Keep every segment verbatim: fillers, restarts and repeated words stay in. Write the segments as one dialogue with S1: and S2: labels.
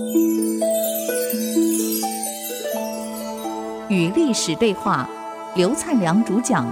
S1: 与历史对话，刘灿良主讲。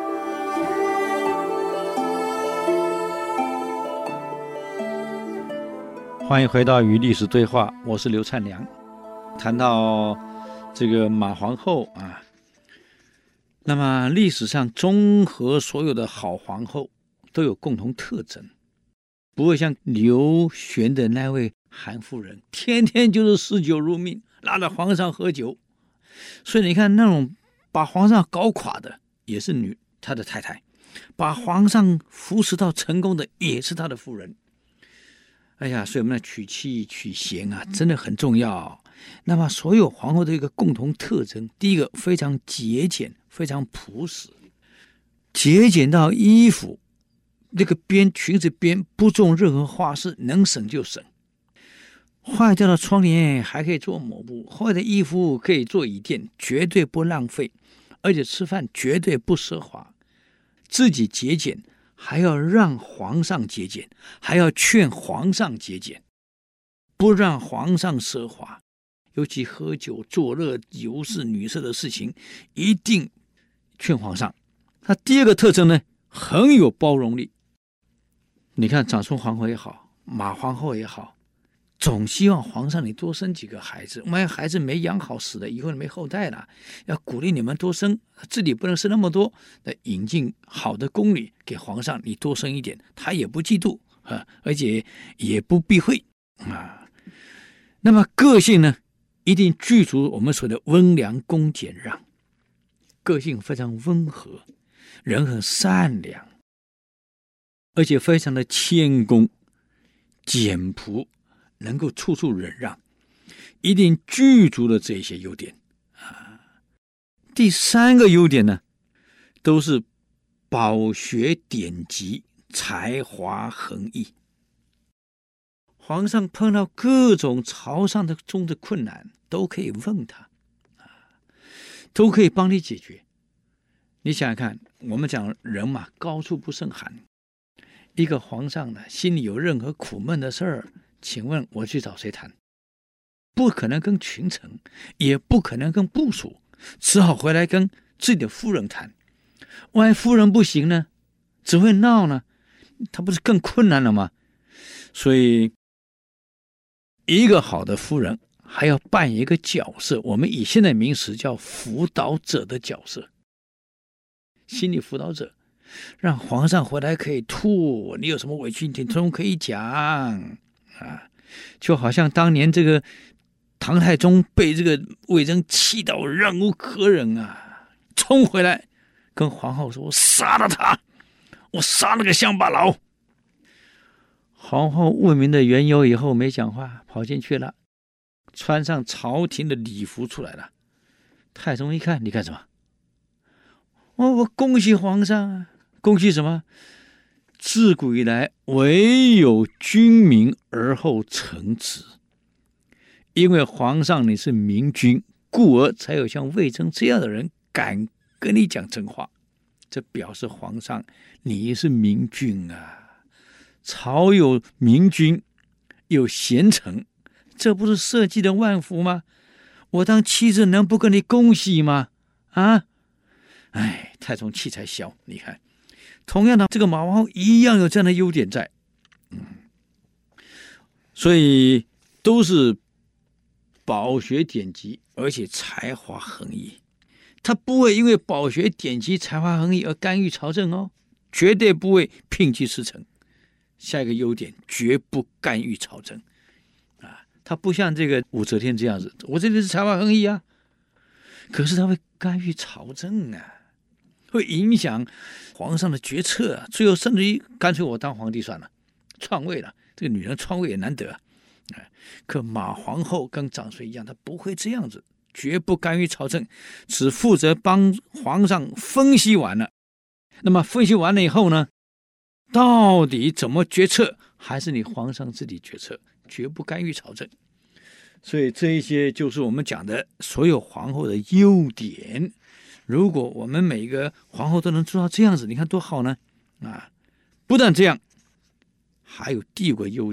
S2: 欢迎回到与历史对话，我是刘灿良。谈到这个马皇后啊，那么历史上综合所有的好皇后都有共同特征，不会像刘玄的那位韩夫人，天天就是嗜酒如命，拉着皇上喝酒。所以你看，那种把皇上搞垮的也是女他的太太，把皇上扶持到成功的也是他的夫人。哎呀，所以我们的娶妻娶贤啊，真的很重要。那么所有皇后的一个共同特征，第一个非常节俭，非常朴实，节俭到衣服那个边裙子边不种任何花饰，能省就省。坏掉的窗帘还可以做抹布，坏的衣服可以做椅垫，绝对不浪费，而且吃饭绝对不奢华，自己节俭，还要让皇上节俭，还要劝皇上节俭，不让皇上奢华，尤其喝酒作乐游视女色的事情一定劝皇上。他第二个特征呢，很有包容力。你看长孙皇后也好，马皇后也好，总希望皇上你多生几个孩子，万一孩子没养好死了，以后没后代了，要鼓励你们多生，自己不能生那么多，引进好的宫女给皇上，你多生一点，他也不嫉妒啊，而且也不避讳啊。那么个性呢，一定具足我们说的温良恭俭让，个性非常温和，人很善良，而且非常的谦恭简朴，能够处处忍让，一定具足了这些优点啊。第三个优点呢，都是饱学典籍，才华横溢。皇上碰到各种朝上的中的困难，都可以问他，都可以帮你解决。你想想看，我们讲人嘛，高处不胜寒。一个皇上呢，心里有任何苦闷的事儿，请问我去找谁谈？不可能跟群臣，也不可能跟部属，只好回来跟自己的夫人谈。万一夫人不行呢，只会闹呢，他不是更困难了吗？所以一个好的夫人还要扮演一个角色，我们以现在名词叫辅导者的角色，心理辅导者，让皇上回来可以吐，你有什么委屈你通通可以讲啊。就好像当年这个唐太宗被这个魏征气到忍无可忍啊，冲回来跟皇后说，我杀了他，我杀了个乡巴佬。皇后问明的缘由以后没讲话，跑进去了，穿上朝廷的礼服出来了。太宗一看，你干什么？哦，我恭喜皇上啊！恭喜什么？自古以来，唯有君明而后臣直。因为皇上你是明君，故而才有像魏征这样的人敢跟你讲真话。这表示皇上你是明君啊！朝有明君，有贤臣，这不是社稷的万福吗？我当妻子能不跟你恭喜吗？啊！哎，太宗气才消。你看，同样的，这个马皇后一样有这样的优点在，嗯，所以都是饱学典籍，而且才华横溢。他不会因为饱学典籍、才华横溢而干预朝政哦，绝对不会聘妻侍臣。下一个优点，绝不干预朝政啊！他不像这个武则天这样子，我这里是才华横溢啊，可是他会干预朝政啊，会影响皇上的决策啊，最后甚至于干脆我当皇帝算了，篡位了。这个女人篡位也难得啊。可马皇后跟长孙一样，她不会这样子，绝不干预朝政，只负责帮皇上分析完了。那么分析完了以后呢，到底怎么决策，还是你皇上自己决策，绝不干预朝政。所以这一些就是我们讲的所有皇后的优点。如果我们每个皇后都能做到这样子，你看多好呢啊！不但这样，还有第五个优点，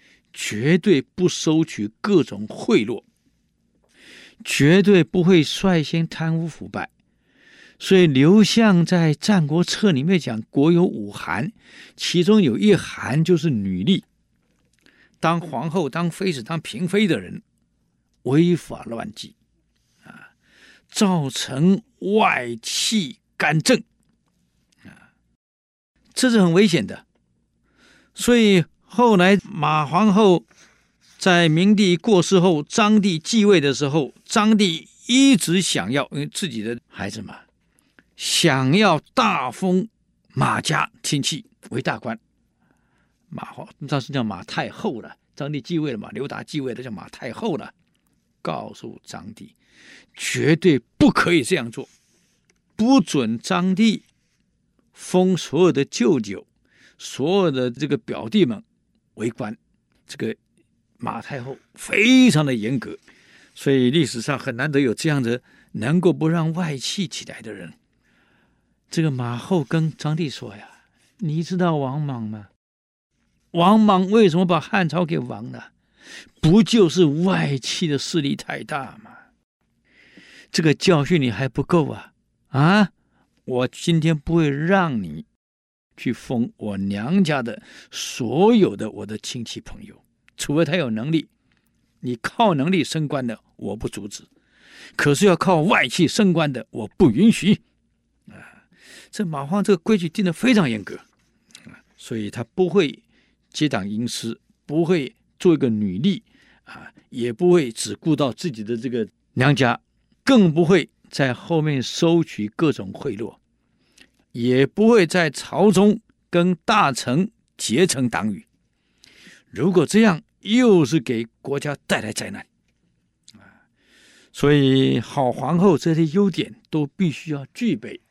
S2: 绝对不收取各种贿赂，绝对不会率先贪污腐败。所以刘向在《战国策》里面讲国有五寒，其中有一寒就是女吏，当皇后、当妃子、当嫔妃的人违法乱纪啊，造成外戚干政啊，这是很危险的。所以后来马皇后在明帝过世后，张帝继位的时候，张帝一直想要，因为自己的孩子嘛，想要大封马家亲戚为大官。马皇当时叫马太后了，张帝继位了嘛，刘达继位了，叫马太后了。告诉张帝，绝对不可以这样做，不准张帝封所有的舅舅、所有的这个表弟们为官。这个马太后非常的严格，所以历史上很难得有这样的能够不让外戚起来的人。这个马后跟张帝说呀，你知道王莽吗？王莽为什么把汉朝给亡了？不就是外戚的势力太大吗？这个教训你还不够啊！啊，我今天不会让你去封我娘家的所有的我的亲戚朋友，除非他有能力。你靠能力升官的我不阻止，可是要靠外戚升官的我不允许啊！这马皇这个规矩定得非常严格啊，所以他不会结党营私，不会做一个女吏啊，也不会只顾到自己的这个娘家，更不会在后面收取各种贿赂，也不会在朝中跟大臣结成党羽。如果这样，又是给国家带来灾难啊！所以好皇后这些优点都必须要具备。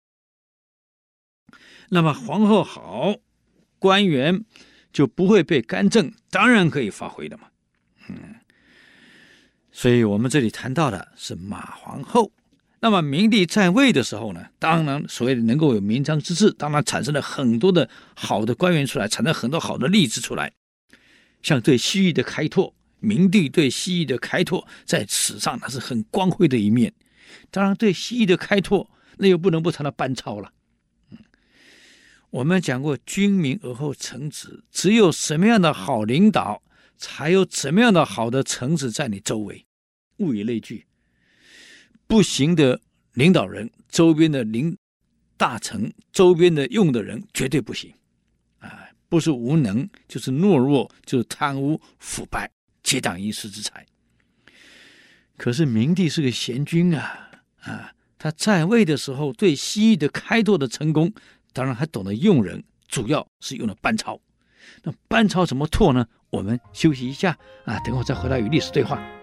S2: 那么皇后好，官员就不会被干政，当然可以发挥的嘛。嗯，所以我们这里谈到的是马皇后。那么明帝在位的时候呢，当然所谓的能够有明章之治，当然产生了很多的好的官员出来，产生很多好的吏治出来。像对西域的开拓，明帝对西域的开拓在史上那是很光辉的一面。当然对西域的开拓，那又不能不谈到班超了。我们讲过君民而后臣子，只有什么样的好领导，才有怎么样的好的臣子在你周围，物以类聚。不行的领导人，周边的领大臣，周边的用的人绝对不行啊！不是无能，就是懦弱，就是贪污腐败，结党营私之才。可是明帝是个贤君啊啊！他在位的时候，对西域的开拓的成功，当然还懂得用人，主要是用了班超。那班超怎么拓呢？我们休息一下啊，等会儿再回来与历史对话。